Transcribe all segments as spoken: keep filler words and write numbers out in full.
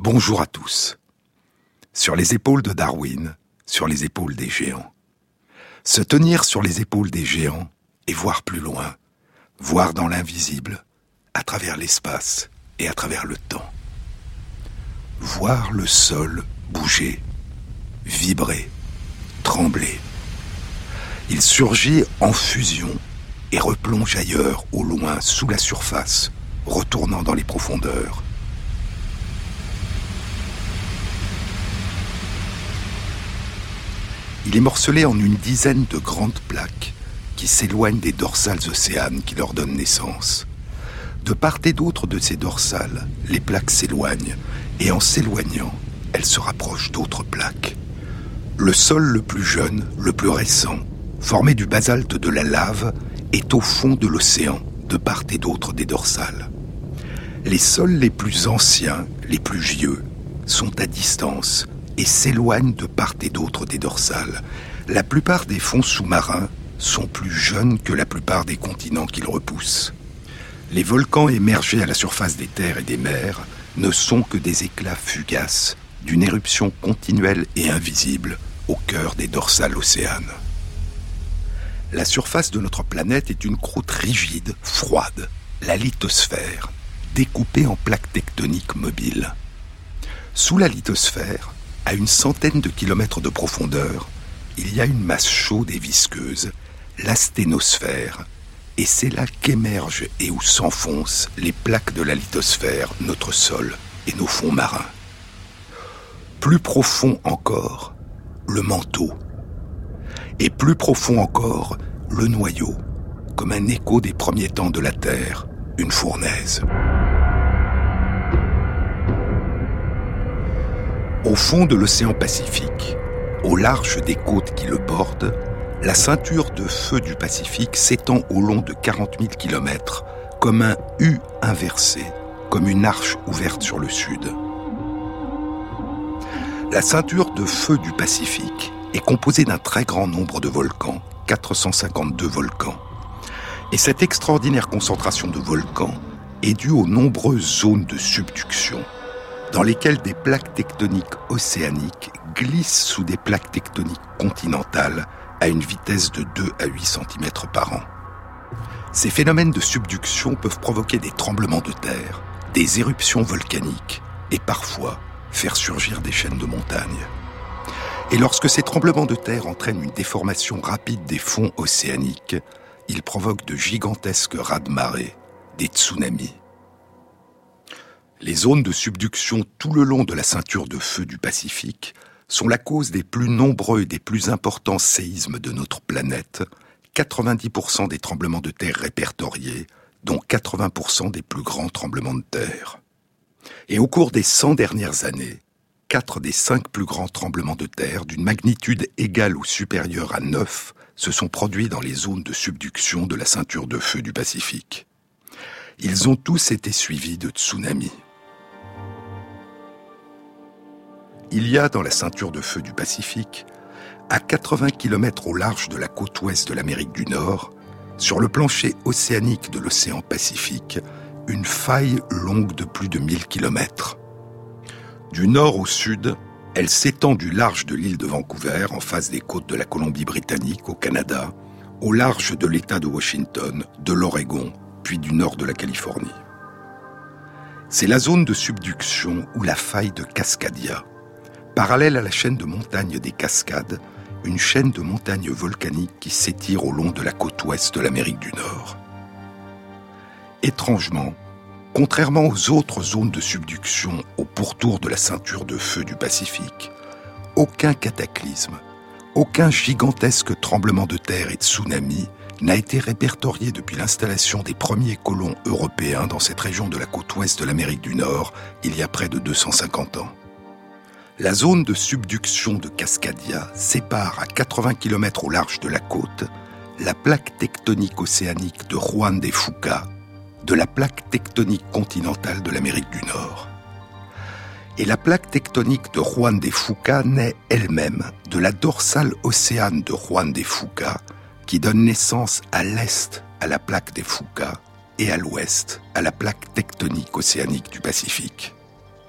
Bonjour à tous. Sur les épaules de Darwin, sur les épaules des géants. Se tenir sur les épaules des géants et voir plus loin, voir dans l'invisible, à travers l'espace et à travers le temps. Voir le sol bouger, vibrer, trembler. Il surgit en fusion et replonge ailleurs, au loin, sous la surface, retournant dans les profondeurs. Il est morcelé en une dizaine de grandes plaques qui s'éloignent des dorsales océanes qui leur donnent naissance. De part et d'autre de ces dorsales, les plaques s'éloignent, et en s'éloignant, elles se rapprochent d'autres plaques. Le sol le plus jeune, le plus récent, formé du basalte de la lave, est au fond de l'océan, de part et d'autre des dorsales. Les sols les plus anciens, les plus vieux, sont à distance et s'éloignent de part et d'autre des dorsales. La plupart des fonds sous-marins sont plus jeunes que la plupart des continents qu'ils repoussent. Les volcans émergés à la surface des terres et des mers ne sont que des éclats fugaces d'une éruption continuelle et invisible au cœur des dorsales océanes. La surface de notre planète est une croûte rigide, froide, la lithosphère, découpée en plaques tectoniques mobiles. Sous la lithosphère, à une centaine de kilomètres de profondeur, il y a une masse chaude et visqueuse, l'asténosphère, et c'est là qu'émergent et où s'enfoncent les plaques de la lithosphère, notre sol et nos fonds marins. Plus profond encore, le manteau. Et plus profond encore, le noyau, comme un écho des premiers temps de la Terre, une fournaise. Au fond de l'océan Pacifique, au large des côtes qui le bordent, la ceinture de feu du Pacifique s'étend au long de quarante mille kilomètres, comme un U inversé, comme une arche ouverte sur le sud. La ceinture de feu du Pacifique est composée d'un très grand nombre de volcans, quatre cent cinquante-deux volcans. Et cette extraordinaire concentration de volcans est due aux nombreuses zones de subduction, dans lesquelles des plaques tectoniques océaniques glissent sous des plaques tectoniques continentales à une vitesse de deux à huit centimètres par an. Ces phénomènes de subduction peuvent provoquer des tremblements de terre, des éruptions volcaniques et parfois faire surgir des chaînes de montagnes. Et lorsque ces tremblements de terre entraînent une déformation rapide des fonds océaniques, ils provoquent de gigantesques raz-de-marée, des tsunamis. Les zones de subduction tout le long de la ceinture de feu du Pacifique sont la cause des plus nombreux et des plus importants séismes de notre planète, quatre-vingt-dix pour cent des tremblements de terre répertoriés, dont quatre-vingts pour cent des plus grands tremblements de terre. Et au cours des cent dernières années, quatre des cinq plus grands tremblements de terre, d'une magnitude égale ou supérieure à neuf, se sont produits dans les zones de subduction de la ceinture de feu du Pacifique. Ils ont tous été suivis de tsunamis. Il y a dans la ceinture de feu du Pacifique, à quatre-vingts kilomètres au large de la côte ouest de l'Amérique du Nord, sur le plancher océanique de l'océan Pacifique, une faille longue de plus de mille kilomètres. Du nord au sud, elle s'étend du large de l'île de Vancouver, en face des côtes de la Colombie-Britannique, au Canada, au large de l'État de Washington, de l'Oregon, puis du nord de la Californie. C'est la zone de subduction ou la faille de Cascadia. Parallèle à la chaîne de montagnes des Cascades, une chaîne de montagnes volcaniques qui s'étire au long de la côte ouest de l'Amérique du Nord. Étrangement, contrairement aux autres zones de subduction au pourtour de la ceinture de feu du Pacifique, aucun cataclysme, aucun gigantesque tremblement de terre et tsunami n'a été répertorié depuis l'installation des premiers colons européens dans cette région de la côte ouest de l'Amérique du Nord, il y a près de deux cent cinquante ans. La zone de subduction de Cascadia sépare à quatre-vingts kilomètres au large de la côte la plaque tectonique océanique de Juan de Fuca de la plaque tectonique continentale de l'Amérique du Nord. Et la plaque tectonique de Juan de Fuca naît elle-même de la dorsale océane de Juan de Fuca qui donne naissance à l'est à la plaque de Fuca et à l'ouest à la plaque tectonique océanique du Pacifique.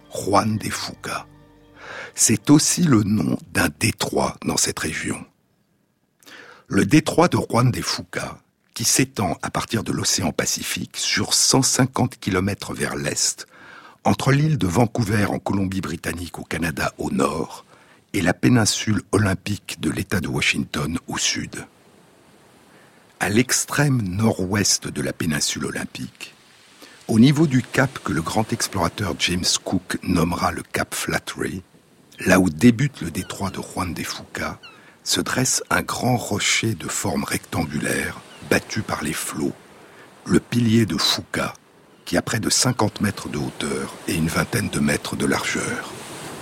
Juan de Fuca. C'est aussi le nom d'un détroit dans cette région. Le détroit de Juan de Fuca, qui s'étend à partir de l'océan Pacifique sur cent cinquante kilomètres vers l'est, entre l'île de Vancouver en Colombie-Britannique au Canada au nord et la péninsule olympique de l'État de Washington au sud. À l'extrême nord-ouest de la péninsule olympique, au niveau du cap que le grand explorateur James Cook nommera le cap Flattery, là où débute le détroit de Juan de Fuca, se dresse un grand rocher de forme rectangulaire, battu par les flots, le pilier de Fuca, qui a près de cinquante mètres de hauteur et une vingtaine de mètres de largeur.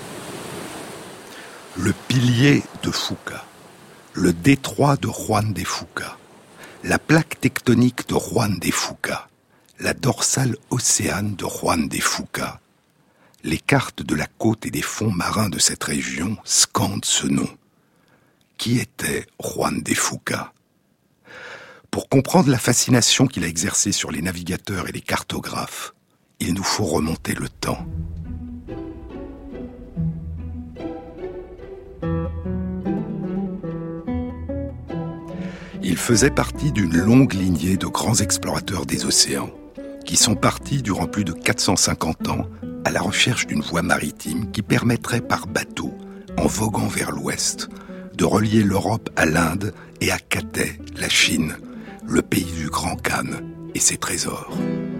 Le pilier de Fuca, le détroit de Juan de Fuca, la plaque tectonique de Juan de Fuca, la dorsale océane de Juan de Fuca. Les cartes de la côte et des fonds marins de cette région scandent ce nom. Qui était Juan de Fuca ? Pour comprendre la fascination qu'il a exercée sur les navigateurs et les cartographes, il nous faut remonter le temps. Il faisait partie d'une longue lignée de grands explorateurs des océans, qui sont partis durant plus de quatre cent cinquante ans à la recherche d'une voie maritime qui permettrait par bateau, en voguant vers l'ouest, de relier l'Europe à l'Inde et à Cathay, la Chine, le pays du Grand Khan et ses trésors.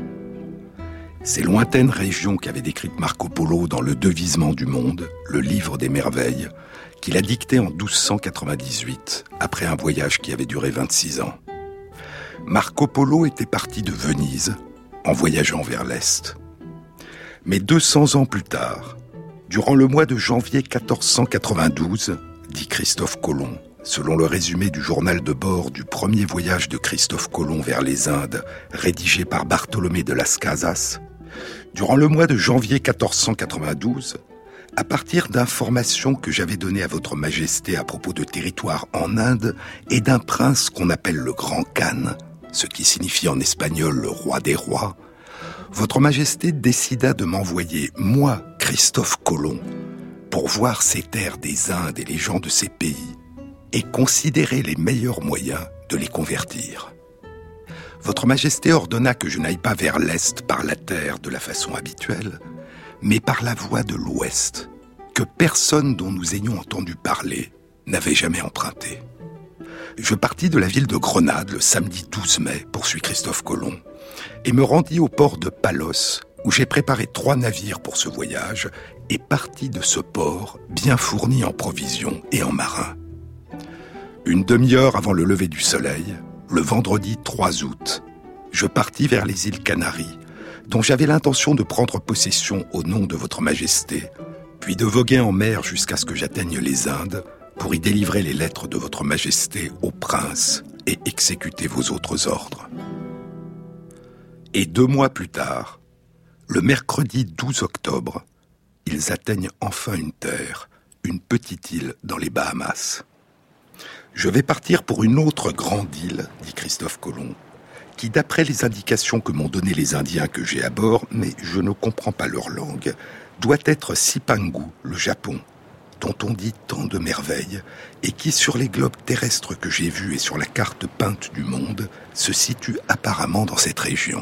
Ces lointaines régions qu'avait décrites Marco Polo dans Le Devisement du monde, le livre des merveilles, qu'il a dicté en douze cent quatre-vingt-dix-huit, après un voyage qui avait duré vingt-six ans. Marco Polo était parti de Venise, en voyageant vers l'Est. Mais deux cents ans plus tard, durant le mois de janvier quatorze cent quatre-vingt-douze, dit Christophe Colomb, selon le résumé du journal de bord du premier voyage de Christophe Colomb vers les Indes, rédigé par Bartholomé de Las Casas, durant le mois de janvier quatorze cent quatre-vingt-douze, à partir d'informations que j'avais données à votre majesté à propos de territoires en Inde et d'un prince qu'on appelle le Grand Khan, ce qui signifie en espagnol le roi des rois, votre majesté décida de m'envoyer, moi, Christophe Colomb, pour voir ces terres des Indes et les gens de ces pays et considérer les meilleurs moyens de les convertir. Votre majesté ordonna que je n'aille pas vers l'est par la terre de la façon habituelle, mais par la voie de l'ouest, que personne dont nous ayons entendu parler n'avait jamais emprunté. Je partis de la ville de Grenade le samedi douze mai, poursuit Christophe Colomb, et me rendis au port de Palos, où j'ai préparé trois navires pour ce voyage, et partis de ce port bien fourni en provisions et en marins. Une demi-heure avant le lever du soleil, le vendredi trois août, je partis vers les îles Canaries, dont j'avais l'intention de prendre possession au nom de votre majesté, puis de voguer en mer jusqu'à ce que j'atteigne les Indes, pour y délivrer les lettres de votre majesté au prince et exécuter vos autres ordres. Et deux mois plus tard, le mercredi douze octobre, ils atteignent enfin une terre, une petite île dans les Bahamas. Je vais partir pour une autre grande île, dit Christophe Colomb, qui, d'après les indications que m'ont données les Indiens que j'ai à bord, mais je ne comprends pas leur langue, doit être Cipangu, le Japon, dont on dit tant de merveilles, et qui, sur les globes terrestres que j'ai vus et sur la carte peinte du monde, se situe apparemment dans cette région.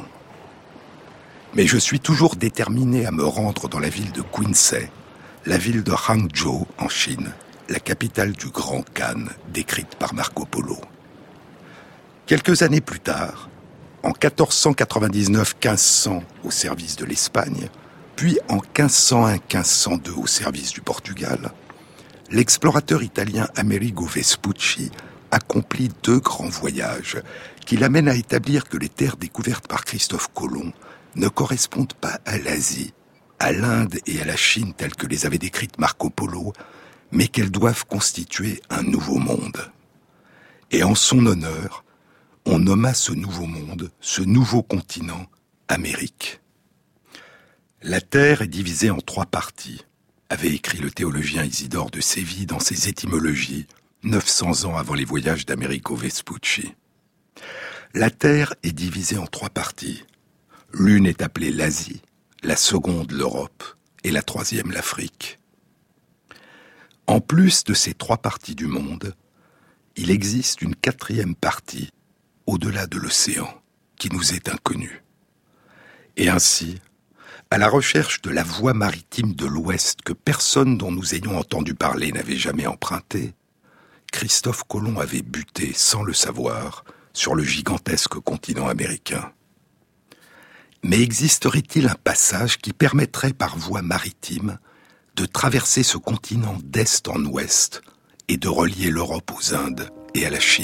Mais je suis toujours déterminé à me rendre dans la ville de Quincy, la ville de Hangzhou en Chine, la capitale du Grand Khan, décrite par Marco Polo. Quelques années plus tard, en quatorze cent quatre-vingt-dix-neuf quinze cents au service de l'Espagne, puis en quinze cent un quinze cent deux au service du Portugal, l'explorateur italien Amerigo Vespucci accomplit deux grands voyages qui l'amènent à établir que les terres découvertes par Christophe Colomb ne correspondent pas à l'Asie, à l'Inde et à la Chine telles que les avait décrites Marco Polo, mais qu'elles doivent constituer un nouveau monde. Et en son honneur, on nomma ce nouveau monde, ce nouveau continent, Amérique. La Terre est divisée en trois parties, avait écrit le théologien Isidore de Séville dans ses étymologies, neuf cents ans avant les voyages d'Amerigo Vespucci. La Terre est divisée en trois parties. L'une est appelée l'Asie, la seconde l'Europe, et la troisième l'Afrique. En plus de ces trois parties du monde, il existe une quatrième partie, au-delà de l'océan, qui nous est inconnue. Et ainsi, à la recherche de la voie maritime de l'Ouest que personne dont nous ayons entendu parler n'avait jamais empruntée, Christophe Colomb avait buté, sans le savoir, sur le gigantesque continent américain. Mais existerait-il un passage qui permettrait par voie maritime de traverser ce continent d'est en ouest et de relier l'Europe aux Indes et à la Chine ?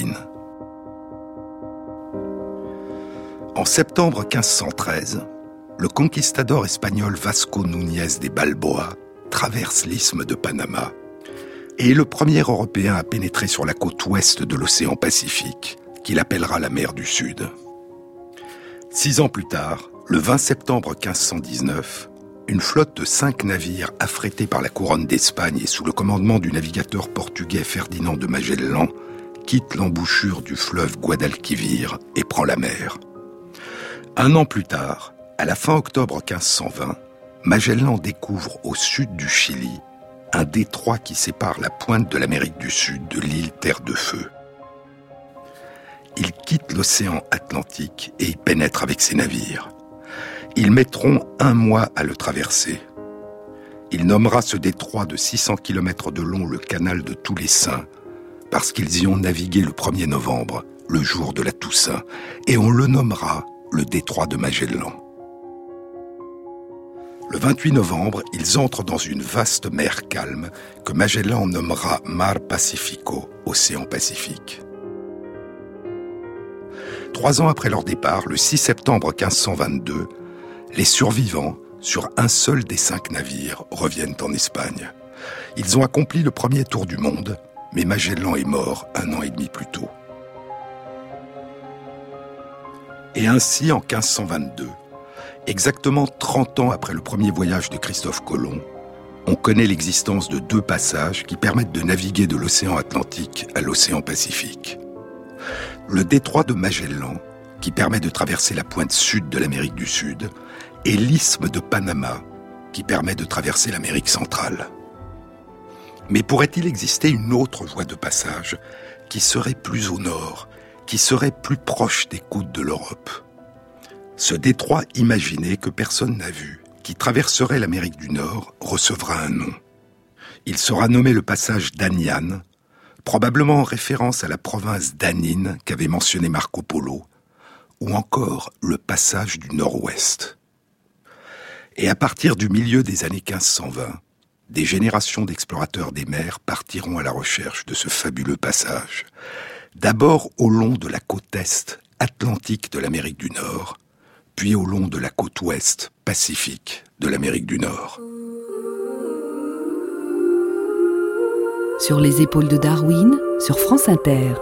En septembre quinze cent treize, le conquistador espagnol Vasco Núñez de Balboa traverse l'isthme de Panama et est le premier Européen à pénétrer sur la côte ouest de l'océan Pacifique, qu'il appellera la mer du Sud. Six ans plus tard, le vingt septembre quinze cent dix-neuf, une flotte de cinq navires affrétés par la couronne d'Espagne et sous le commandement du navigateur portugais Ferdinand de Magellan quitte l'embouchure du fleuve Guadalquivir et prend la mer. Un an plus tard, à la fin octobre quinze cent vingt, Magellan découvre au sud du Chili un détroit qui sépare la pointe de l'Amérique du Sud de l'île Terre de Feu. Il quitte l'océan Atlantique et y pénètre avec ses navires. Ils mettront un mois à le traverser. Il nommera ce détroit de six cents kilomètres de long le canal de tous les saints, parce qu'ils y ont navigué le premier novembre, le jour de la Toussaint, et on le nommera le détroit de Magellan. Le vingt-huit novembre, ils entrent dans une vaste mer calme que Magellan nommera Mar Pacifico, océan Pacifique. Trois ans après leur départ, le six septembre quinze cent vingt-deux, les survivants, sur un seul des cinq navires, reviennent en Espagne. Ils ont accompli le premier tour du monde, mais Magellan est mort un an et demi plus tôt. Et ainsi, en quinze cent vingt-deux, exactement trente ans après le premier voyage de Christophe Colomb, on connaît l'existence de deux passages qui permettent de naviguer de l'océan Atlantique à l'océan Pacifique. Le détroit de Magellan, qui permet de traverser la pointe sud de l'Amérique du Sud, et l'isthme de Panama, qui permet de traverser l'Amérique centrale. Mais pourrait-il exister une autre voie de passage qui serait plus au nord, qui serait plus proche des côtes de l'Europe ? Ce détroit imaginé que personne n'a vu, qui traverserait l'Amérique du Nord, recevra un nom. Il sera nommé le passage d'Anian, probablement en référence à la province d'Anine qu'avait mentionné Marco Polo, ou encore le passage du Nord-Ouest. Et à partir du milieu des années quinze cent vingt, des générations d'explorateurs des mers partiront à la recherche de ce fabuleux passage. D'abord au long de la côte est atlantique de l'Amérique du Nord, puis au long de la côte ouest pacifique de l'Amérique du Nord. Sur les épaules de Darwin, sur France Inter.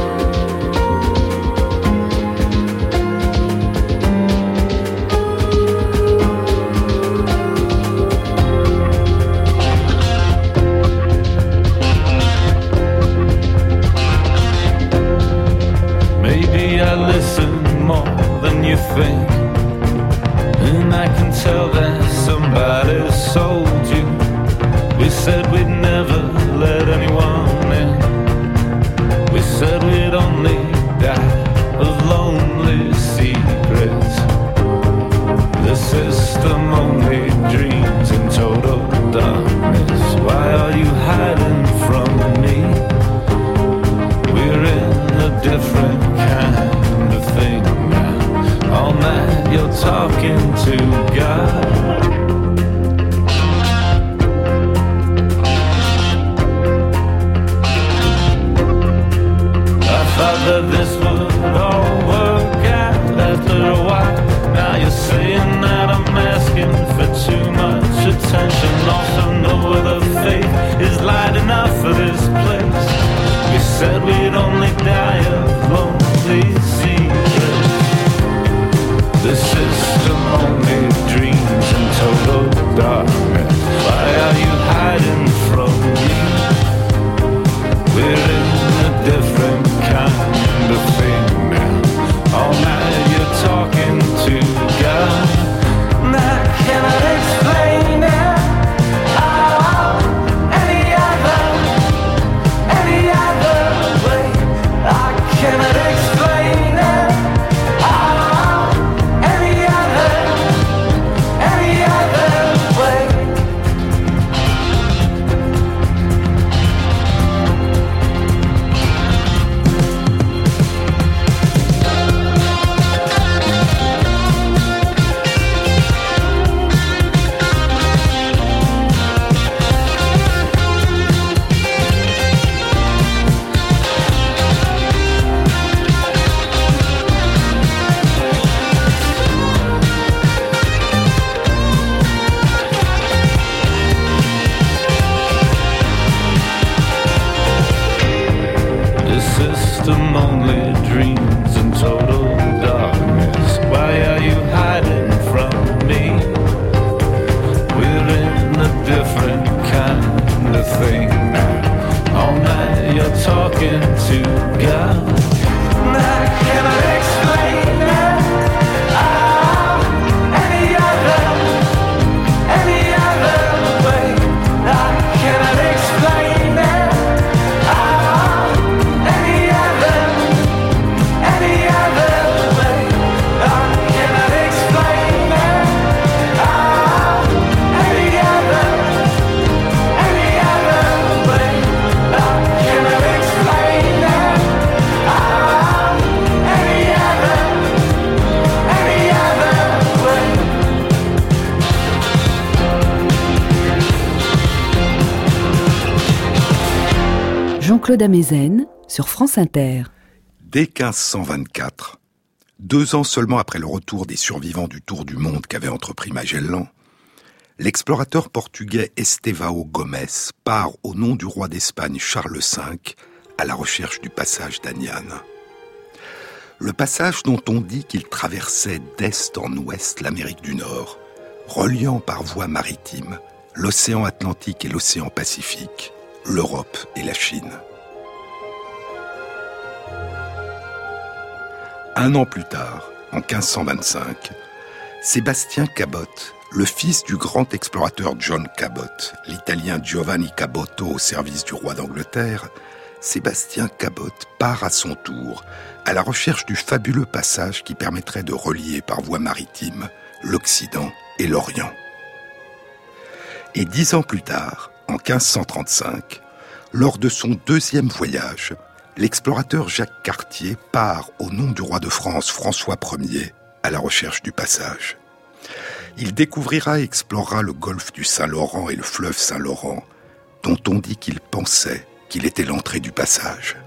Maybe I listen more than you think, and I can tell that somebody sold you. We said we'd never let anyone in. We said we'd only die of lonely secrets. The system only dreams in total darkness. Why are you hiding from me? We're in a different kind of thing now. All night you're talking to God. Thought that this would all work out after a while. Now you're saying that I'm asking for too much attention. Also know the faith is light enough for this place. We said we'd only die of lonely secrets. The system only dreams Jean-Claude Amezen sur France Inter. Dès quinze cent vingt-quatre, deux ans seulement après le retour des survivants du tour du monde qu'avait entrepris Magellan, l'explorateur portugais Estevão Gomes part au nom du roi d'Espagne Charles cinq à la recherche du passage d'Anian. Le passage dont on dit qu'il traversait d'est en ouest l'Amérique du Nord, reliant par voie maritime l'océan Atlantique et l'océan Pacifique, l'Europe et la Chine. Un an plus tard, en quinze cent vingt-cinq, Sébastien Cabot, le fils du grand explorateur John Cabot, l'Italien Giovanni Caboto au service du roi d'Angleterre, Sébastien Cabot part à son tour à la recherche du fabuleux passage qui permettrait de relier par voie maritime l'Occident et l'Orient. Et dix ans plus tard, en quinze cent trente-cinq, lors de son deuxième voyage, l'explorateur Jacques Cartier part au nom du roi de France François Ier à la recherche du passage. Il découvrira et explorera le golfe du Saint-Laurent et le fleuve Saint-Laurent, dont on dit qu'il pensait qu'il était l'entrée du passage.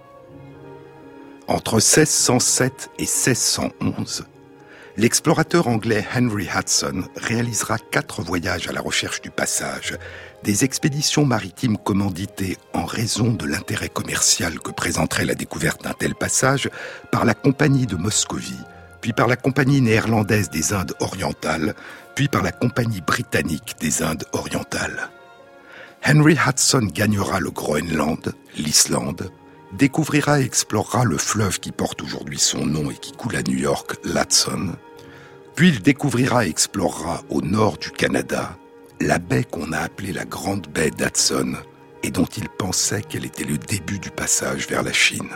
Entre seize cent sept et seize cent onze, l'explorateur anglais Henry Hudson réalisera quatre voyages à la recherche du passage, des expéditions maritimes commanditées en raison de l'intérêt commercial que présenterait la découverte d'un tel passage par la Compagnie de Moscovie, puis par la Compagnie néerlandaise des Indes orientales, puis par la Compagnie britannique des Indes orientales. Henry Hudson gagnera le Groenland, l'Islande, découvrira et explorera le fleuve qui porte aujourd'hui son nom et qui coule à New York, l'Hudson. Puis il découvrira et explorera au nord du Canada la baie qu'on a appelée la Grande Baie d'Hudson et dont il pensait qu'elle était le début du passage vers la Chine.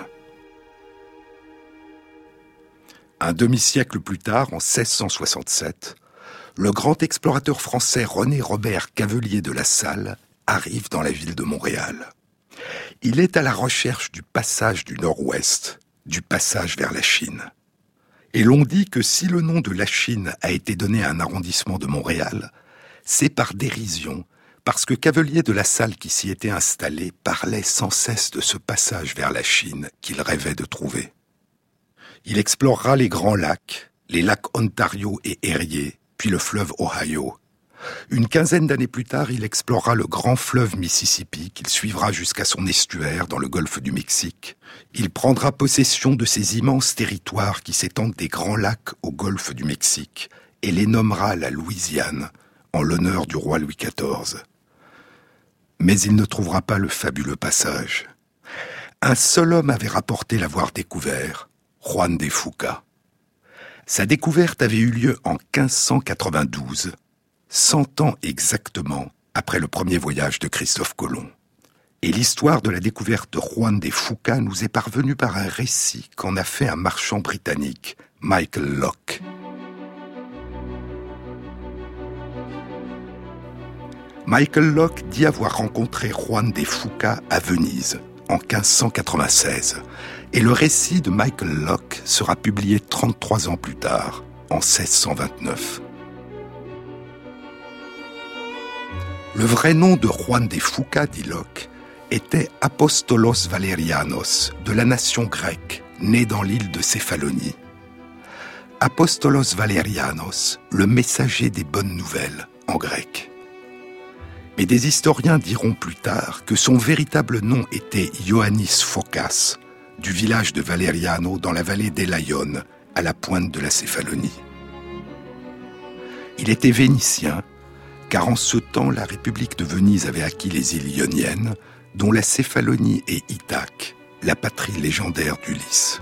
Un demi-siècle plus tard, en seize cent soixante-sept, le grand explorateur français René Robert Cavelier de La Salle arrive dans la ville de Montréal. Il est à la recherche du passage du Nord-Ouest, du passage vers la Chine. Et l'on dit que si le nom de la Chine a été donné à un arrondissement de Montréal, c'est par dérision, parce que Cavelier de La Salle qui s'y était installé parlait sans cesse de ce passage vers la Chine qu'il rêvait de trouver. Il explorera les grands lacs, les lacs Ontario et Erie, puis le fleuve Ohio. Une quinzaine d'années plus tard, il explorera le grand fleuve Mississippi qu'il suivra jusqu'à son estuaire dans le golfe du Mexique. Il prendra possession de ces immenses territoires qui s'étendent des grands lacs au golfe du Mexique et les nommera la Louisiane en l'honneur du roi Louis quatorze. Mais il ne trouvera pas le fabuleux passage. Un seul homme avait rapporté l'avoir découvert, Juan de Fuca. Sa découverte avait eu lieu en quinze cent quatre-vingt-douze, cent ans exactement après le premier voyage de Christophe Colomb. Et l'histoire de la découverte de Juan de Fuca nous est parvenue par un récit qu'en a fait un marchand britannique, Michael Locke. Michael Locke dit avoir rencontré Juan de Fuca à Venise en quinze cent quatre-vingt-seize, et le récit de Michael Locke sera publié trente-trois ans plus tard, en seize cent vingt-neuf. Le vrai nom de Juan de Fuca, dit Locke, était Apostolos Valerianos, de la nation grecque, né dans l'île de Céphalonie. Apostolos Valerianos, le messager des bonnes nouvelles, en grec. Mais des historiens diront plus tard que son véritable nom était Ioannis Phokas, du village de Valeriano dans la vallée d'Elaïon, à la pointe de la Céphalonie. Il était vénitien, car en ce temps, la République de Venise avait acquis les îles ioniennes, dont la Céphalonie et Ithaque, la patrie légendaire d'Ulysse.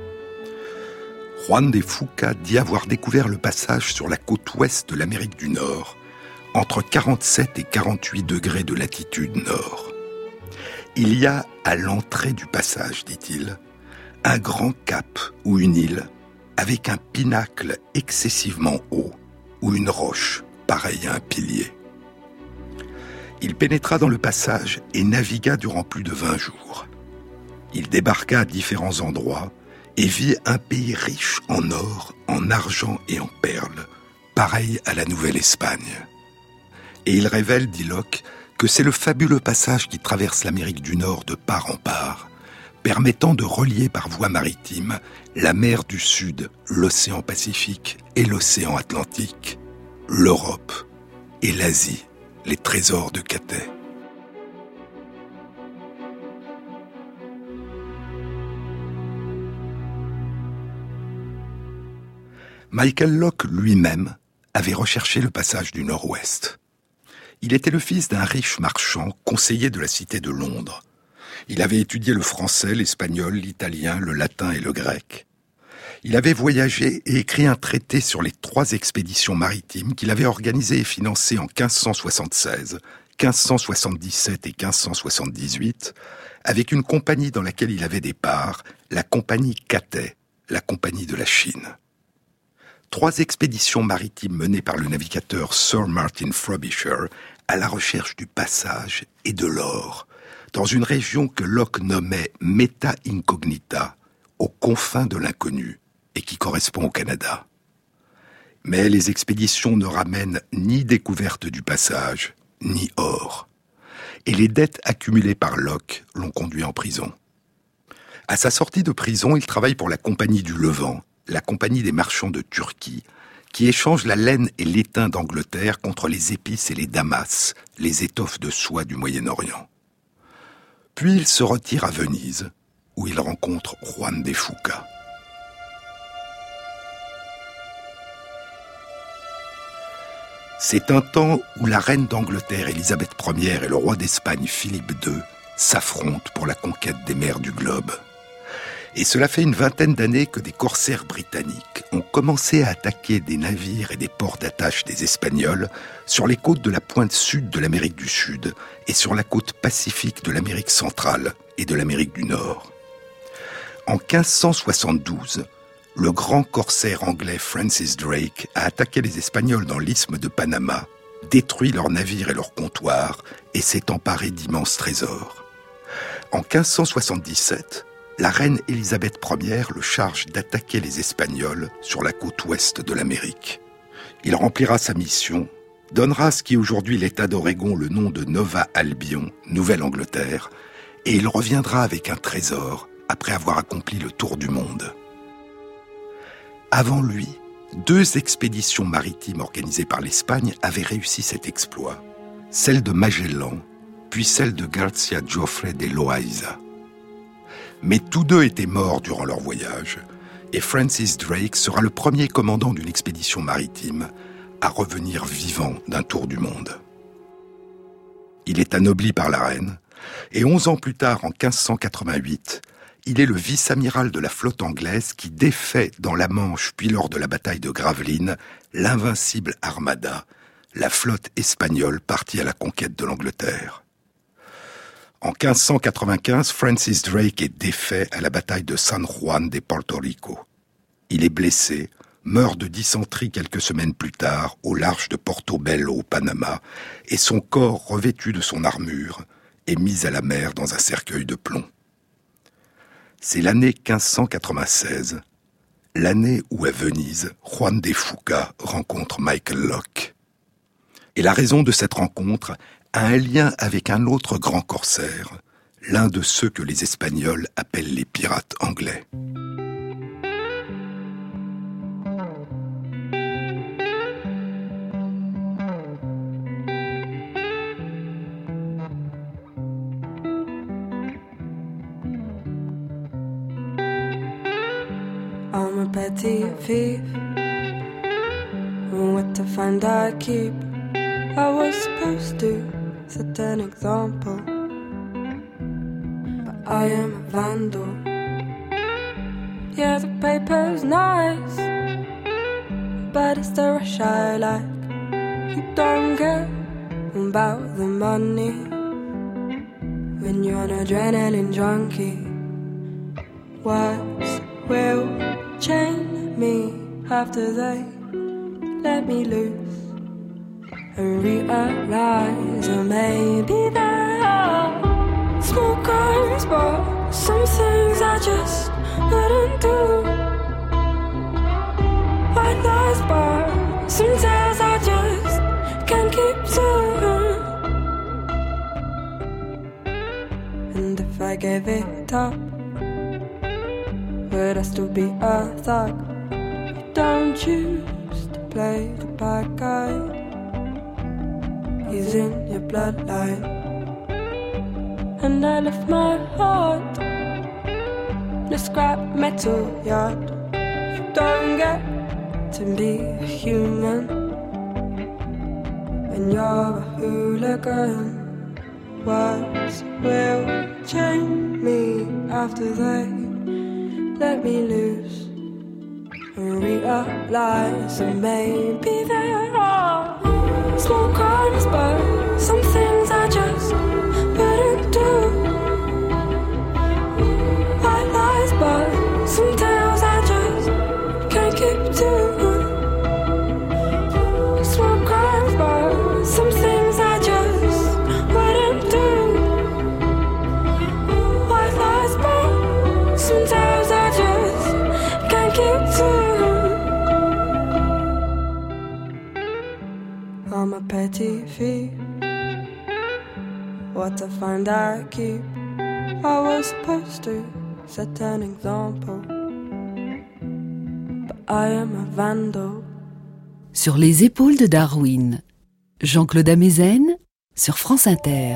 Juan de Fuca dit avoir découvert le passage sur la côte ouest de l'Amérique du Nord, entre quarante-sept et quarante-huit degrés de latitude nord. Il y a, à l'entrée du passage, dit-il, un grand cap ou une île, avec un pinacle excessivement haut, ou une roche, pareil à un pilier. Il pénétra dans le passage et navigua durant plus de vingt jours. Il débarqua à différents endroits et vit un pays riche en or, en argent et en perles, pareil à la Nouvelle-Espagne. Et il révèle, dit Locke, que c'est le fabuleux passage qui traverse l'Amérique du Nord de part en part, permettant de relier par voie maritime la mer du Sud, l'océan Pacifique et l'océan Atlantique, l'Europe et l'Asie, les trésors de Cathay. Michael Locke lui-même avait recherché le passage du Nord-Ouest. Il était le fils d'un riche marchand, conseiller de la cité de Londres. Il avait étudié le français, l'espagnol, l'italien, le latin et le grec. Il avait voyagé et écrit un traité sur les trois expéditions maritimes qu'il avait organisées et financées en quinze cent soixante-seize, quinze cent soixante-dix-sept et quinze cent soixante-dix-huit, avec une compagnie dans laquelle il avait des parts, la compagnie Cathay, la compagnie de la Chine. Trois expéditions maritimes menées par le navigateur Sir Martin Frobisher à la recherche du passage et de l'or, dans une région que Locke nommait Meta Incognita, aux confins de l'inconnu, et qui correspond au Canada. Mais les expéditions ne ramènent ni découverte du passage, ni or. Et les dettes accumulées par Locke l'ont conduit en prison. À sa sortie de prison, il travaille pour la Compagnie du Levant, la compagnie des marchands de Turquie, qui échange la laine et l'étain d'Angleterre contre les épices et les damas, les étoffes de soie du Moyen-Orient. Puis il se retire à Venise, où il rencontre Juan de Fuca. C'est un temps où la reine d'Angleterre Élisabeth Première et le roi d'Espagne Philippe deux s'affrontent pour la conquête des mers du globe. Et cela fait une vingtaine d'années que des corsaires britanniques ont commencé à attaquer des navires et des ports d'attache des Espagnols sur les côtes de la pointe sud de l'Amérique du Sud et sur la côte pacifique de l'Amérique centrale et de l'Amérique du Nord. En quinze cent soixante-douze, le grand corsaire anglais Francis Drake a attaqué les Espagnols dans l'isthme de Panama, détruit leurs navires et leurs comptoirs et s'est emparé d'immenses trésors. En quinze cent soixante-dix-sept, la reine Élisabeth Première le charge d'attaquer les Espagnols sur la côte ouest de l'Amérique. Il remplira sa mission, donnera à ce qui est aujourd'hui l'État d'Oregon le nom de Nova Albion, Nouvelle-Angleterre, et il reviendra avec un trésor après avoir accompli le tour du monde. Avant lui, deux expéditions maritimes organisées par l'Espagne avaient réussi cet exploit, celle de Magellan, puis celle de Garcia Jofre de Loaiza. Mais tous deux étaient morts durant leur voyage, et Francis Drake sera le premier commandant d'une expédition maritime à revenir vivant d'un tour du monde. Il est anobli par la reine, et onze ans plus tard, en quinze cent quatre-vingt-huit, il est le vice-amiral de la flotte anglaise qui défait dans la Manche, puis lors de la bataille de Gravelines, l'invincible Armada, la flotte espagnole partie à la conquête de l'Angleterre. En quinze cent quatre-vingt-quinze, Francis Drake est défait à la bataille de San Juan de Porto Rico. Il est blessé, meurt de dysenterie quelques semaines plus tard, au large de Portobello, au Panama, et son corps, revêtu de son armure, est mis à la mer dans un cercueil de plomb. C'est l'année quinze cent quatre-vingt-seize, l'année où à Venise, Juan de Fuca rencontre Michael Locke. Et la raison de cette rencontre a un lien avec un autre grand corsaire, l'un de ceux que les Espagnols appellent les pirates anglais. I'm a petty thief, and what to find I keep. I was supposed to set an example, but I am a vandal. Yeah, the paper's nice, but it's the rush I like. You don't care about the money when you're an adrenaline junkie. Words will chain me after they let me loose and realize that maybe there are small crimes, but some things I just wouldn't do. White lies, but some tales I just can't keep to. gave it up. Would I still be a thug? You don't choose to play the bad guy. He's in your bloodline. And I left my heart in a scrap metal yard. You don't get to be a human when you're a hooligan. Words will chain me after they let me loose and realize that maybe there are small crimes, but some things I just wouldn't do. White lies, but some tales I just can't keep to. Small crimes, but some things I just wouldn't do. White lies, but some tales I just can't keep to. I'm a petty thief. What I find I keep. I was supposed to set an example, but I am a vandal. Sur les épaules de Darwin, Jean-Claude Amezen sur France Inter.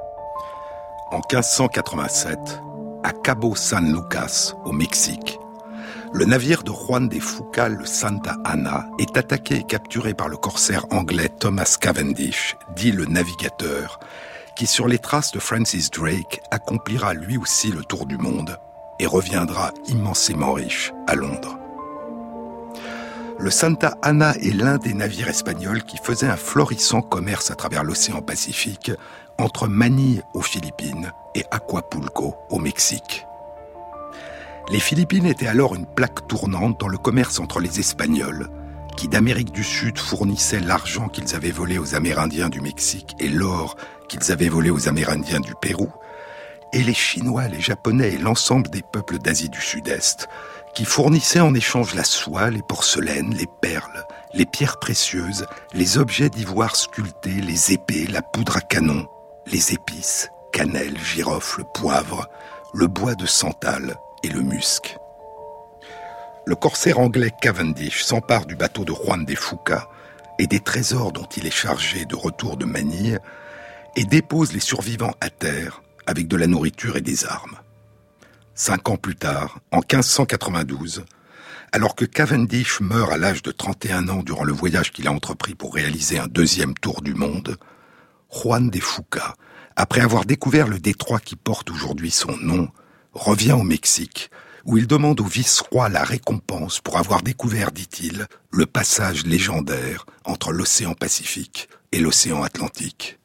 En quinze cent quatre-vingt-sept, à Cabo San Lucas, au Mexique, le navire de Juan de Fuca, le Santa Ana, est attaqué et capturé par le corsaire anglais Thomas Cavendish, dit le navigateur, qui sur les traces de Francis Drake accomplira lui aussi le tour du monde et reviendra immensément riche à Londres. Le Santa Ana est l'un des navires espagnols qui faisait un florissant commerce à travers l'océan Pacifique entre Manille aux Philippines et Acapulco au Mexique. Les Philippines étaient alors une plaque tournante dans le commerce entre les Espagnols, qui d'Amérique du Sud fournissaient l'argent qu'ils avaient volé aux Amérindiens du Mexique et l'or qu'ils avaient volé aux Amérindiens du Pérou, et les Chinois, les Japonais et l'ensemble des peuples d'Asie du Sud-Est, qui fournissaient en échange la soie, les porcelaines, les perles, les pierres précieuses, les objets d'ivoire sculptés, les épées, la poudre à canon, les épices, cannelle, girofle, poivre, le bois de santal et le musc. Le corsaire anglais Cavendish s'empare du bateau de Juan de Fuca et des trésors dont il est chargé de retour de Manille et dépose les survivants à terre avec de la nourriture et des armes. Cinq ans plus tard, en quinze cent quatre-vingt-douze, alors que Cavendish meurt à l'âge de trente et un ans durant le voyage qu'il a entrepris pour réaliser un deuxième tour du monde, Juan de Fuca, après avoir découvert le détroit qui porte aujourd'hui son nom, revient au Mexique, où il demande au vice-roi la récompense pour avoir découvert, dit-il, le passage légendaire entre l'océan Pacifique et l'océan Atlantique.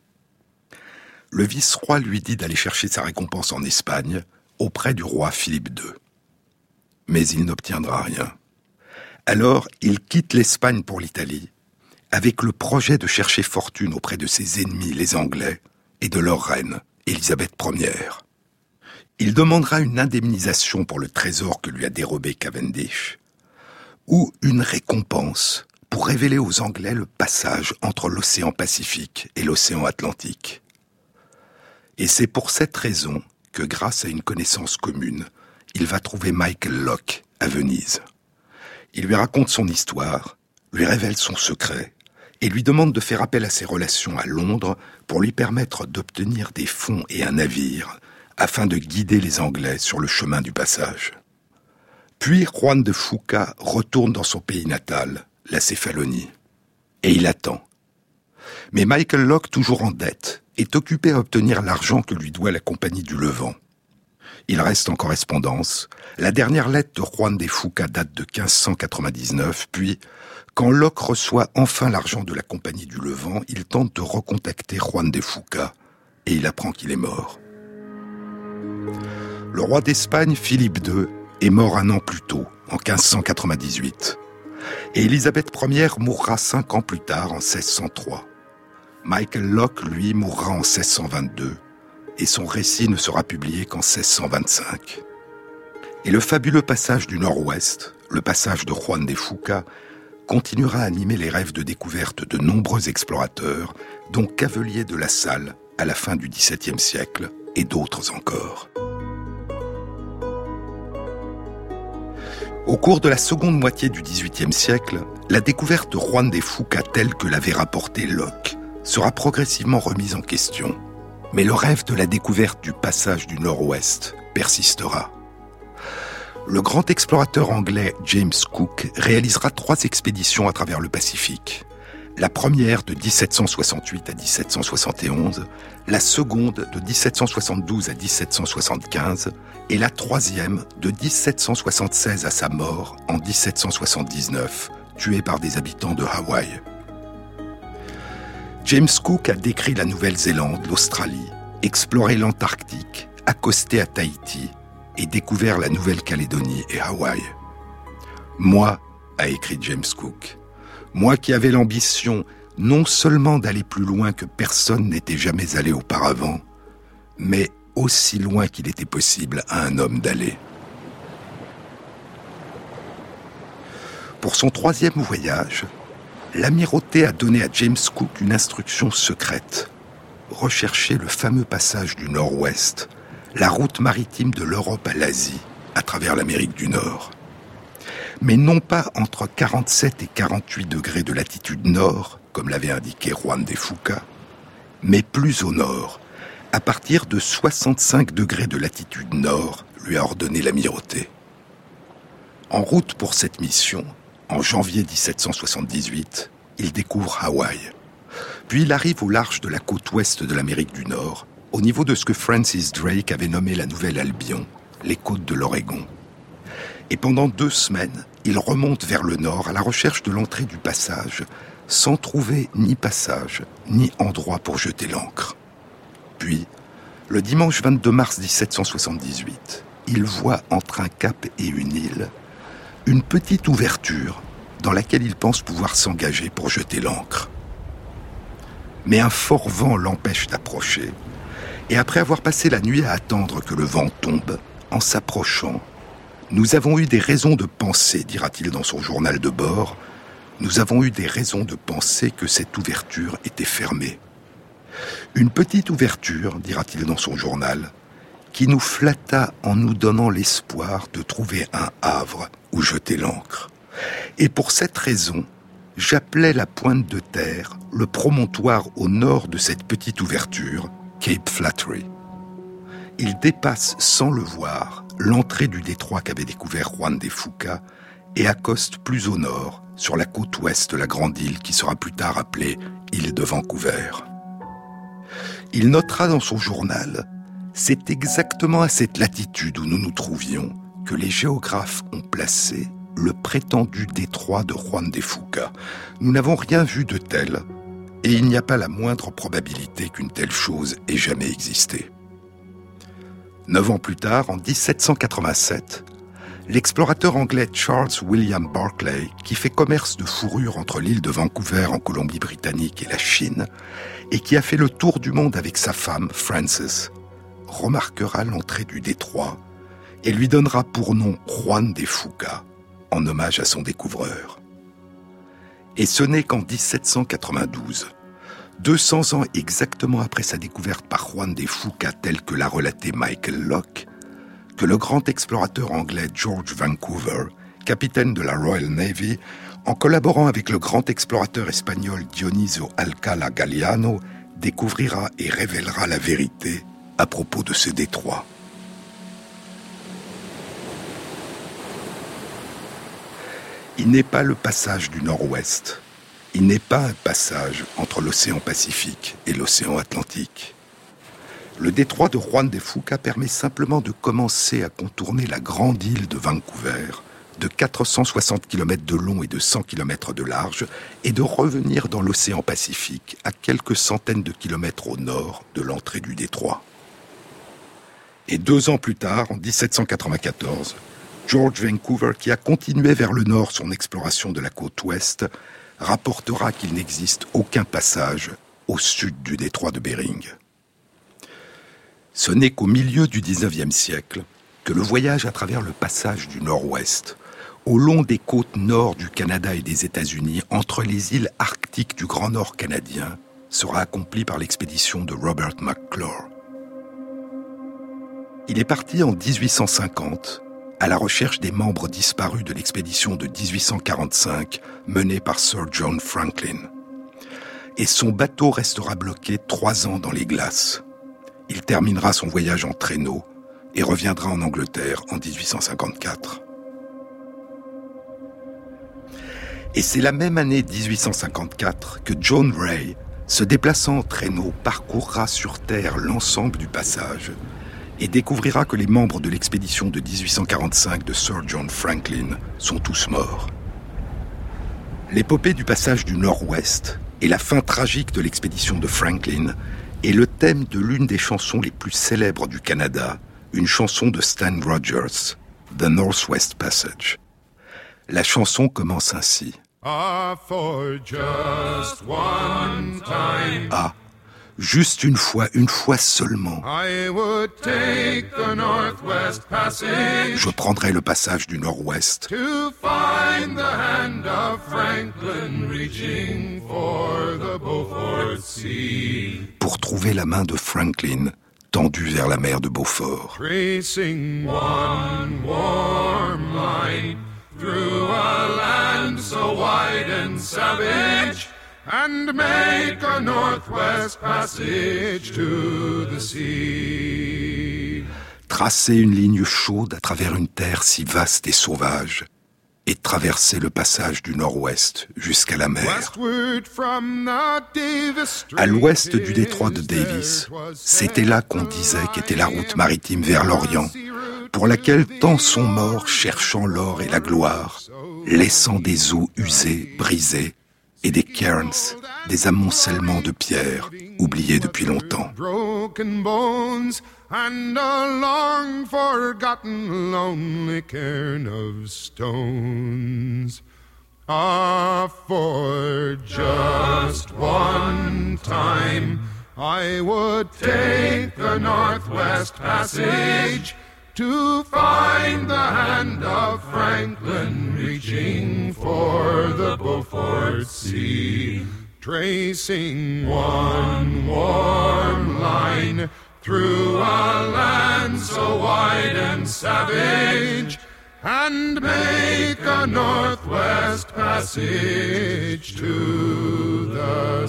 Le vice-roi lui dit d'aller chercher sa récompense en Espagne, auprès du roi Philippe deux. Mais il n'obtiendra rien. Alors, il quitte l'Espagne pour l'Italie, avec le projet de chercher fortune auprès de ses ennemis, les Anglais, et de leur reine, Élisabeth première. Il demandera une indemnisation pour le trésor que lui a dérobé Cavendish, ou une récompense pour révéler aux Anglais le passage entre l'océan Pacifique et l'océan Atlantique. Et c'est pour cette raison que grâce à une connaissance commune, il va trouver Michael Locke à Venise. Il lui raconte son histoire, lui révèle son secret et lui demande de faire appel à ses relations à Londres pour lui permettre d'obtenir des fonds et un navire afin de guider les Anglais sur le chemin du passage. Puis Juan de Fuca retourne dans son pays natal, la Céphalonie, et il attend. Mais Michael Locke, toujours en dette, est occupé à obtenir l'argent que lui doit la Compagnie du Levant. Il reste en correspondance. La dernière lettre de Juan de Fuca date de quinze cent quatre-vingt-dix-neuf, puis, quand Locke reçoit enfin l'argent de la Compagnie du Levant, il tente de recontacter Juan de Fuca, et il apprend qu'il est mort. Le roi d'Espagne, Philippe deux, est mort un an plus tôt, en quinze cent quatre-vingt-dix-huit, et Élisabeth première mourra cinq ans plus tard, en seize cent trois. Michael Locke, lui, mourra en seize cent vingt-deux, et son récit ne sera publié qu'en seize cent vingt-cinq. Et le fabuleux passage du Nord-Ouest, le passage de Juan de Fuca, continuera à animer les rêves de découverte de nombreux explorateurs, dont Cavelier de la Salle à la fin du dix-septième siècle, et d'autres encore. Au cours de la seconde moitié du dix-huitième siècle, la découverte de Juan de Fuca telle que l'avait rapporté Locke sera progressivement remise en question. Mais le rêve de la découverte du passage du Nord-Ouest persistera. Le grand explorateur anglais James Cook réalisera trois expéditions à travers le Pacifique. La première de dix-sept cent soixante-huit à dix-sept cent soixante et onze, la seconde de dix-sept cent soixante-douze à dix-sept cent soixante-quinze et la troisième de dix-sept cent soixante-seize à sa mort en dix-sept cent soixante-dix-neuf, tué par des habitants de Hawaï. James Cook a décrit la Nouvelle-Zélande, l'Australie, exploré l'Antarctique, accosté à Tahiti et découvert la Nouvelle-Calédonie et Hawaï. Moi, a écrit James Cook, moi qui avais l'ambition non seulement d'aller plus loin que personne n'était jamais allé auparavant, mais aussi loin qu'il était possible à un homme d'aller. Pour son troisième voyage, l'amirauté a donné à James Cook une instruction secrète. Rechercher le fameux passage du Nord-Ouest, la route maritime de l'Europe à l'Asie, à travers l'Amérique du Nord. Mais non pas entre quarante-sept et quarante-huit degrés de latitude nord, comme l'avait indiqué Juan de Fuca, mais plus au nord, à partir de soixante-cinq degrés de latitude nord, lui a ordonné l'amirauté. En route pour cette mission, en janvier dix-sept cent soixante-dix-huit, il découvre Hawaï. Puis il arrive au large de la côte ouest de l'Amérique du Nord, au niveau de ce que Francis Drake avait nommé la Nouvelle-Albion, les côtes de l'Oregon. Et pendant deux semaines, il remonte vers le nord à la recherche de l'entrée du passage, sans trouver ni passage, ni endroit pour jeter l'ancre. Puis, le dimanche vingt-deux mars dix-sept cent soixante-dix-huit, il voit entre un cap et une île une petite ouverture dans laquelle il pense pouvoir s'engager pour jeter l'ancre. Mais un fort vent l'empêche d'approcher, et après avoir passé la nuit à attendre que le vent tombe, en s'approchant, nous avons eu des raisons de penser, dira-t-il dans son journal de bord, nous avons eu des raisons de penser que cette ouverture était fermée. Une petite ouverture, dira-t-il dans son journal, qui nous flatta en nous donnant l'espoir de trouver un havre où jeter l'ancre. Et pour cette raison, j'appelais la pointe de terre, le promontoire au nord de cette petite ouverture, Cape Flattery. Il dépasse sans le voir l'entrée du détroit qu'avait découvert Juan de Fuca et accoste plus au nord, sur la côte ouest de la grande île qui sera plus tard appelée île de Vancouver. Il notera dans son journal « C'est exactement à cette latitude où nous nous trouvions que les géographes ont placé le prétendu détroit de Juan de Fuca. Nous n'avons rien vu de tel, et il n'y a pas la moindre probabilité qu'une telle chose ait jamais existé. » Neuf ans plus tard, en dix-sept cent quatre-vingt-sept, l'explorateur anglais Charles William Barclay, qui fait commerce de fourrure entre l'île de Vancouver en Colombie-Britannique et la Chine, et qui a fait le tour du monde avec sa femme, Frances, remarquera l'entrée du détroit et lui donnera pour nom Juan de Fuca, en hommage à son découvreur. Et ce n'est qu'en dix-sept cent quatre-vingt-douze, deux cents ans exactement après sa découverte par Juan de Fuca tel que l'a relaté Michael Locke, que le grand explorateur anglais George Vancouver, capitaine de la Royal Navy, en collaborant avec le grand explorateur espagnol Dionisio Alcalá Galiano, découvrira et révélera la vérité à propos de ce détroit. Il n'est pas le passage du Nord-Ouest. Il n'est pas un passage entre l'océan Pacifique et l'océan Atlantique. Le détroit de Juan de Fuca permet simplement de commencer à contourner la grande île de Vancouver, de quatre cent soixante kilomètres de long et de cent kilomètres de large, et de revenir dans l'océan Pacifique, à quelques centaines de kilomètres au nord de l'entrée du détroit. Et deux ans plus tard, en dix-sept cent quatre-vingt-quatorze, George Vancouver, qui a continué vers le nord son exploration de la côte ouest, rapportera qu'il n'existe aucun passage au sud du détroit de Bering. Ce n'est qu'au milieu du dix-neuvième siècle que le voyage à travers le passage du Nord-Ouest, au long des côtes nord du Canada et des États-Unis, entre les îles arctiques du Grand Nord canadien, sera accompli par l'expédition de Robert McClure. Il est parti en dix-huit cent cinquante, à la recherche des membres disparus de l'expédition de dix-huit cent quarante-cinq menée par Sir John Franklin. Et son bateau restera bloqué trois ans dans les glaces. Il terminera son voyage en traîneau et reviendra en Angleterre en dix-huit cent cinquante-quatre. Et c'est la même année dix-huit cent cinquante-quatre que John Ray, se déplaçant en traîneau, parcourra sur Terre l'ensemble du passage et découvrira que les membres de l'expédition de dix-huit cent quarante-cinq de Sir John Franklin sont tous morts. L'épopée du passage du Nord-Ouest et la fin tragique de l'expédition de Franklin est le thème de l'une des chansons les plus célèbres du Canada, une chanson de Stan Rogers, The Northwest Passage. La chanson commence ainsi. Ah, for just one time. Ah, juste une fois, une fois seulement. I would take the Northwest Passage. Je prendrai le passage du Nord-Ouest. To find the hand of Franklin reaching for the Beaufort Sea. Pour trouver la main de Franklin tendue vers la mer de Beaufort. Tracing one warm line through a land so wide and savage, and make a Northwest Passage to the sea. Tracer une ligne chaude à travers une terre si vaste et sauvage, et traverser le passage du Nord-Ouest jusqu'à la mer. À l'ouest du détroit de Davis, c'était là qu'on disait qu'était la route maritime vers l'Orient, pour laquelle tant sont morts cherchant l'or et la gloire, laissant des eaux usées, brisées, et des cairns, des amoncellements de pierres, oubliés depuis longtemps. And a long forgotten lonely cairn of stones. Ah, for just one time I would take the Northwest Passage to find the hand of Franklin reaching for the Beaufort Sea, tracing one warm line through a land so wide and savage, and make a Northwest Passage to the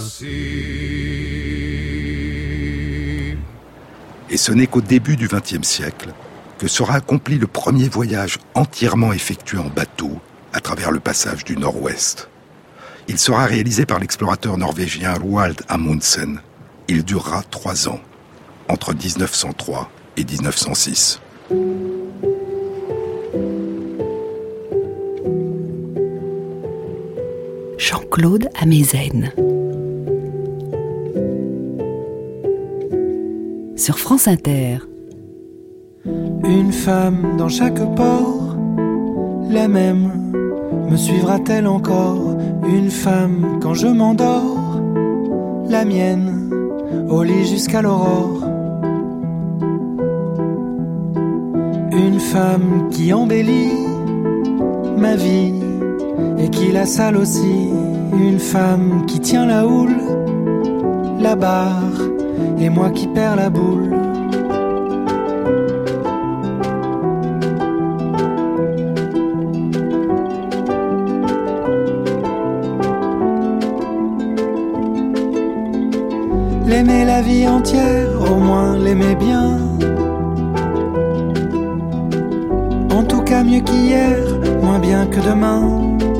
sea. Et ce n'est qu'au début du vingtième siècle que sera accompli le premier voyage entièrement effectué en bateau à travers le passage du Nord-Ouest. Il sera réalisé par l'explorateur norvégien Roald Amundsen. Il durera trois ans, entre dix-neuf cent trois et dix-neuf cent six. Jean-Claude Amezen. Sur France Inter. Une femme dans chaque port, la même, me suivra-t-elle encore? Une femme quand je m'endors, la mienne, au lit jusqu'à l'aurore. Une femme qui embellit ma vie et qui la sale aussi. Une femme qui tient la houle, la barre, et moi qui perds la boule. L'aimer la vie entière, au moins l'aimer bien. En tout cas mieux qu'hier, moins bien que demain.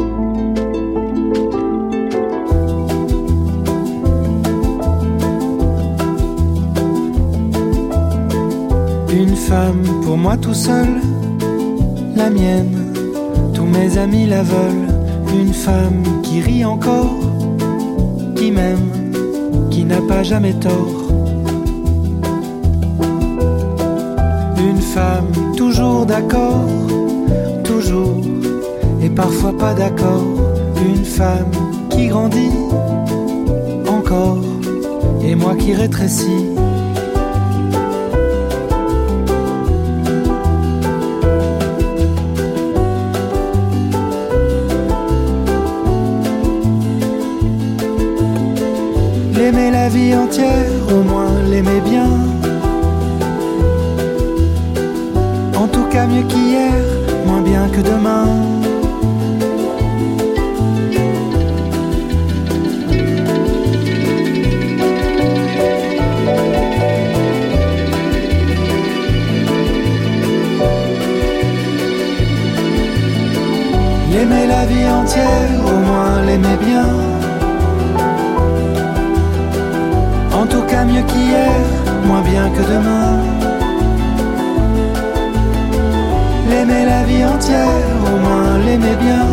Une femme pour moi tout seul, la mienne, tous mes amis la veulent. Une femme qui rit encore, qui m'aime, qui n'a pas jamais tort. Une femme toujours d'accord, toujours, et parfois pas d'accord. Une femme qui grandit encore, et moi qui rétrécis. L'aimer la vie entière, au moins l'aimer bien. En tout cas mieux qu'hier, moins bien que demain. Il aimait la vie entière, au moins l'aimer bien. En tout cas mieux qu'hier, moins bien que demain. L'aimer la vie entière, au moins l'aimer bien.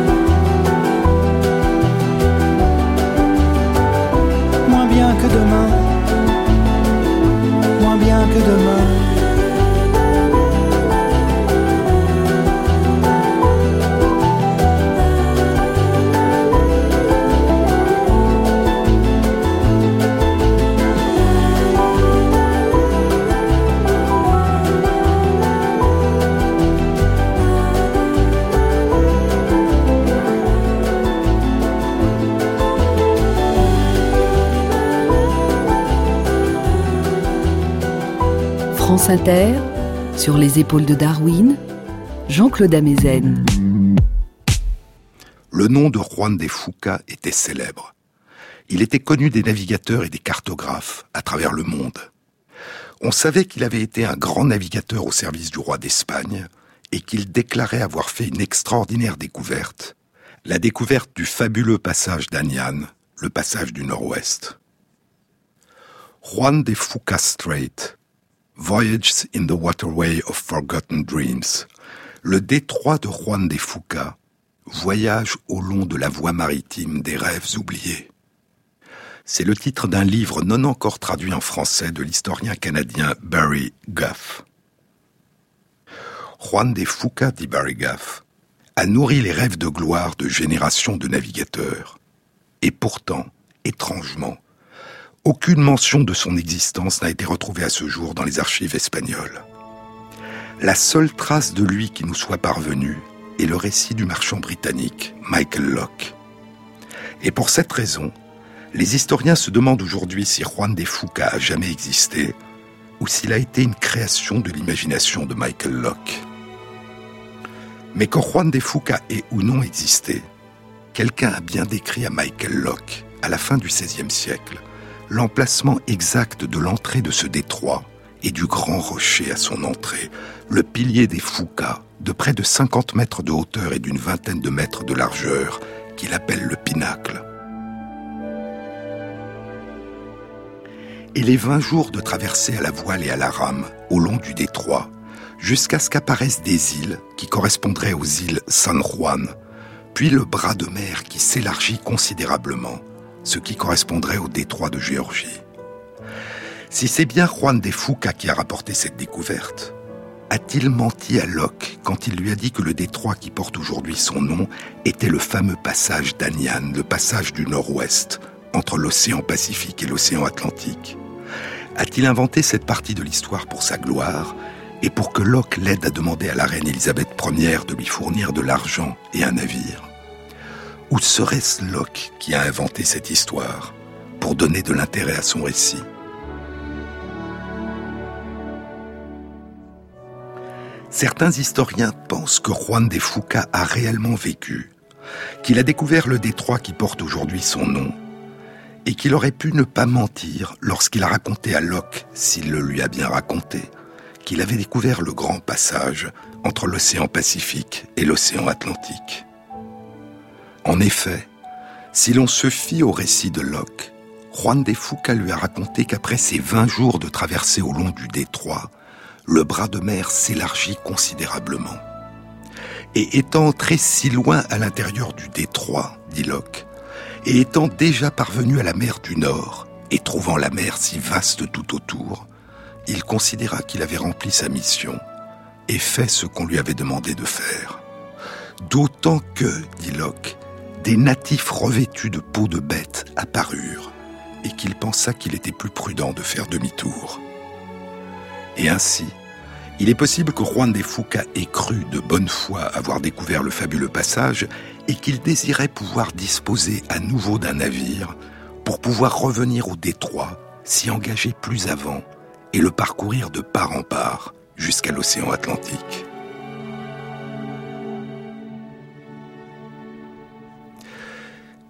Moins bien que demain, moins bien que demain. France Inter, sur les épaules de Darwin, Jean-Claude Amezen. Le nom de Juan de Fuca était célèbre. Il était connu des navigateurs et des cartographes à travers le monde. On savait qu'il avait été un grand navigateur au service du roi d'Espagne et qu'il déclarait avoir fait une extraordinaire découverte, la découverte du fabuleux passage d'Anian, le passage du Nord-Ouest. Juan de Fuca Strait, Voyages in the Waterway of Forgotten Dreams, le détroit de Juan de Fuca, voyage au long de la voie maritime des rêves oubliés. C'est le titre d'un livre non encore traduit en français de l'historien canadien Barry Goff. Juan de Fuca, dit Barry Goff, a nourri les rêves de gloire de générations de navigateurs. Et pourtant, étrangement, aucune mention de son existence n'a été retrouvée à ce jour dans les archives espagnoles. La seule trace de lui qui nous soit parvenue est le récit du marchand britannique Michael Locke. Et pour cette raison, les historiens se demandent aujourd'hui si Juan de Fuca a jamais existé ou s'il a été une création de l'imagination de Michael Locke. Mais que Juan de Fuca ait ou non existé, quelqu'un a bien décrit à Michael Locke, à la fin du seizième siècle, l'emplacement exact de l'entrée de ce détroit et du grand rocher à son entrée, le pilier des Fuca, de près de cinquante mètres de hauteur et d'une vingtaine de mètres de largeur, qu'il appelle le pinacle. Et les vingt jours de traversée à la voile et à la rame, au long du détroit, jusqu'à ce qu'apparaissent des îles qui correspondraient aux îles San Juan, puis le bras de mer qui s'élargit considérablement, ce qui correspondrait au détroit de Géorgie. Si c'est bien Juan de Fuca qui a rapporté cette découverte, a-t-il menti à Locke quand il lui a dit que le détroit qui porte aujourd'hui son nom était le fameux passage d'Anian, le passage du Nord-Ouest, entre l'océan Pacifique et l'océan Atlantique? A-t-il inventé cette partie de l'histoire pour sa gloire et pour que Locke l'aide à demander à la reine Élisabeth première de lui fournir de l'argent et un navire? Ou serait-ce Locke qui a inventé cette histoire pour donner de l'intérêt à son récit? Certains historiens pensent que Juan de Fuca a réellement vécu, qu'il a découvert le détroit qui porte aujourd'hui son nom, et qu'il aurait pu ne pas mentir lorsqu'il a raconté à Locke, s'il le lui a bien raconté, qu'il avait découvert le grand passage entre l'océan Pacifique et l'océan Atlantique. En effet, si l'on se fie au récit de Locke, Juan de Fuca lui a raconté qu'après ces vingt jours de traversée au long du détroit, le bras de mer s'élargit considérablement. Et étant entré si loin à l'intérieur du détroit, dit Locke, et étant déjà parvenu à la mer du Nord, et trouvant la mer si vaste tout autour, il considéra qu'il avait rempli sa mission et fait ce qu'on lui avait demandé de faire. D'autant que, dit Locke, des natifs revêtus de peau de bête apparurent et qu'il pensa qu'il était plus prudent de faire demi-tour. Et ainsi, il est possible que Juan de Fuca ait cru de bonne foi avoir découvert le fabuleux passage et qu'il désirait pouvoir disposer à nouveau d'un navire pour pouvoir revenir au détroit, s'y engager plus avant et le parcourir de part en part jusqu'à l'océan Atlantique.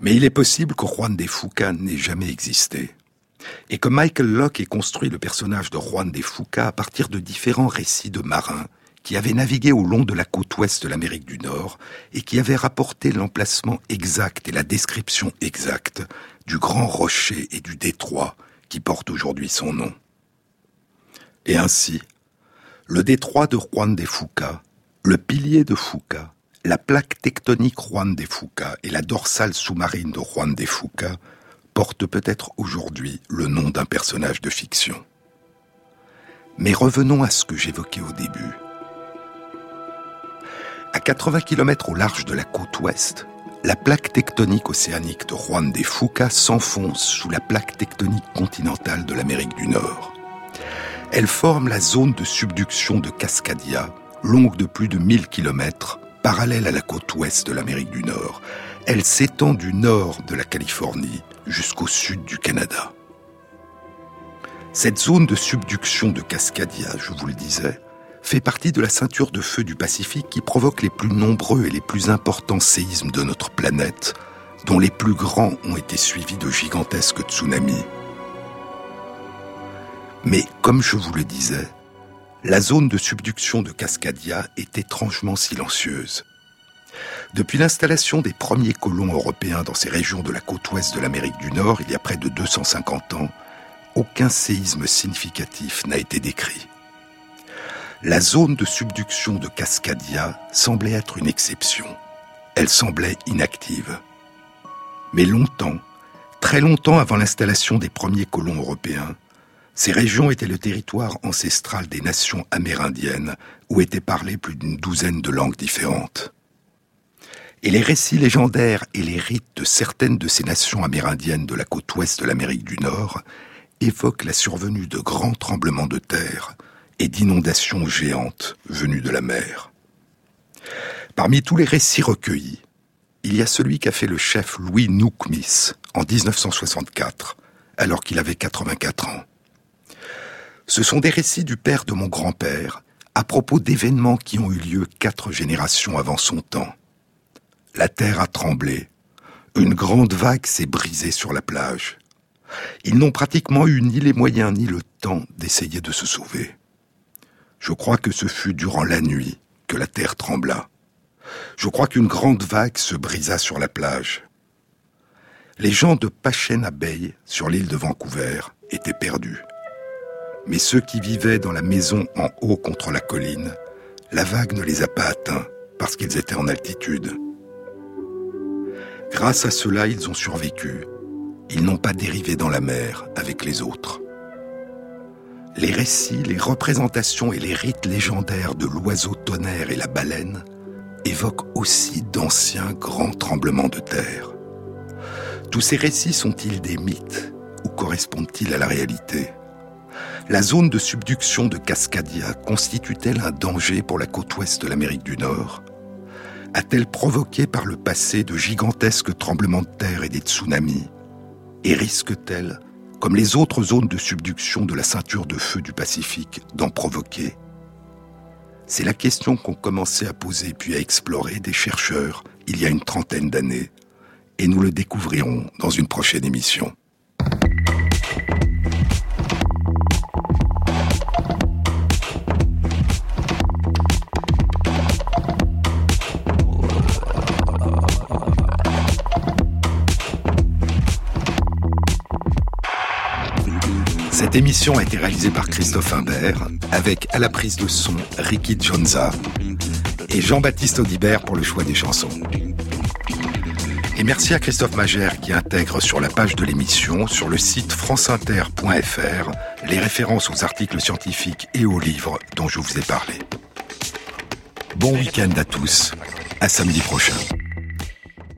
Mais il est possible que Juan de Fuca n'ait jamais existé. Et que Michael Locke ait construit le personnage de Juan de Fuca à partir de différents récits de marins qui avaient navigué au long de la côte ouest de l'Amérique du Nord et qui avaient rapporté l'emplacement exact et la description exacte du grand rocher et du détroit qui porte aujourd'hui son nom. Et ainsi, le détroit de Juan de Fuca, le pilier de Fuca, la plaque tectonique Juan de Fuca et la dorsale sous-marine de Juan de Fuca portent peut-être aujourd'hui le nom d'un personnage de fiction. Mais revenons à ce que j'évoquais au début. À quatre-vingts kilomètres au large de la côte ouest, la plaque tectonique océanique de Juan de Fuca s'enfonce sous la plaque tectonique continentale de l'Amérique du Nord. Elle forme la zone de subduction de Cascadia, longue de plus de mille kilomètres, parallèle à la côte ouest de l'Amérique du Nord. Elle s'étend du nord de la Californie jusqu'au sud du Canada. Cette zone de subduction de Cascadia, je vous le disais, fait partie de la ceinture de feu du Pacifique qui provoque les plus nombreux et les plus importants séismes de notre planète, dont les plus grands ont été suivis de gigantesques tsunamis. Mais comme je vous le disais, la zone de subduction de Cascadia est étrangement silencieuse. Depuis l'installation des premiers colons européens dans ces régions de la côte ouest de l'Amérique du Nord, il y a près de deux cent cinquante ans, aucun séisme significatif n'a été décrit. La zone de subduction de Cascadia semblait être une exception. Elle semblait inactive. Mais longtemps, très longtemps avant l'installation des premiers colons européens, ces régions étaient le territoire ancestral des nations amérindiennes où étaient parlées plus d'une douzaine de langues différentes. Et les récits légendaires et les rites de certaines de ces nations amérindiennes de la côte ouest de l'Amérique du Nord évoquent la survenue de grands tremblements de terre et d'inondations géantes venues de la mer. Parmi tous les récits recueillis, il y a celui qu'a fait le chef Louis Noukmis en dix-neuf cent soixante-quatre, alors qu'il avait quatre-vingt-quatre ans. Ce sont des récits du père de mon grand-père à propos d'événements qui ont eu lieu quatre générations avant son temps. La terre a tremblé, une grande vague s'est brisée sur la plage. Ils n'ont pratiquement eu ni les moyens ni le temps d'essayer de se sauver. Je crois que ce fut durant la nuit que la terre trembla. Je crois qu'une grande vague se brisa sur la plage. Les gens de Pachena Bay, sur l'île de Vancouver, étaient perdus. Mais ceux qui vivaient dans la maison en haut contre la colline, la vague ne les a pas atteints parce qu'ils étaient en altitude. Grâce à cela, ils ont survécu. Ils n'ont pas dérivé dans la mer avec les autres. Les récits, les représentations et les rites légendaires de l'oiseau tonnerre et la baleine évoquent aussi d'anciens grands tremblements de terre. Tous ces récits sont-ils des mythes ou correspondent-ils à la réalité ? La zone de subduction de Cascadia constitue-t-elle un danger pour la côte ouest de l'Amérique du Nord ? A-t-elle provoqué par le passé de gigantesques tremblements de terre et des tsunamis ? Et risque-t-elle, comme les autres zones de subduction de la ceinture de feu du Pacifique, d'en provoquer ? C'est la question qu'ont commencé à poser puis à explorer des chercheurs il y a une trentaine d'années, et nous le découvrirons dans une prochaine émission. Cette émission a été réalisée par Christophe Imbert, avec à la prise de son Ricky Jonza et Jean-Baptiste Audibert pour le choix des chansons. Et merci à Christophe Magère qui intègre sur la page de l'émission, sur le site franceinter point f r, les références aux articles scientifiques et aux livres dont je vous ai parlé. Bon week-end à tous, à samedi prochain.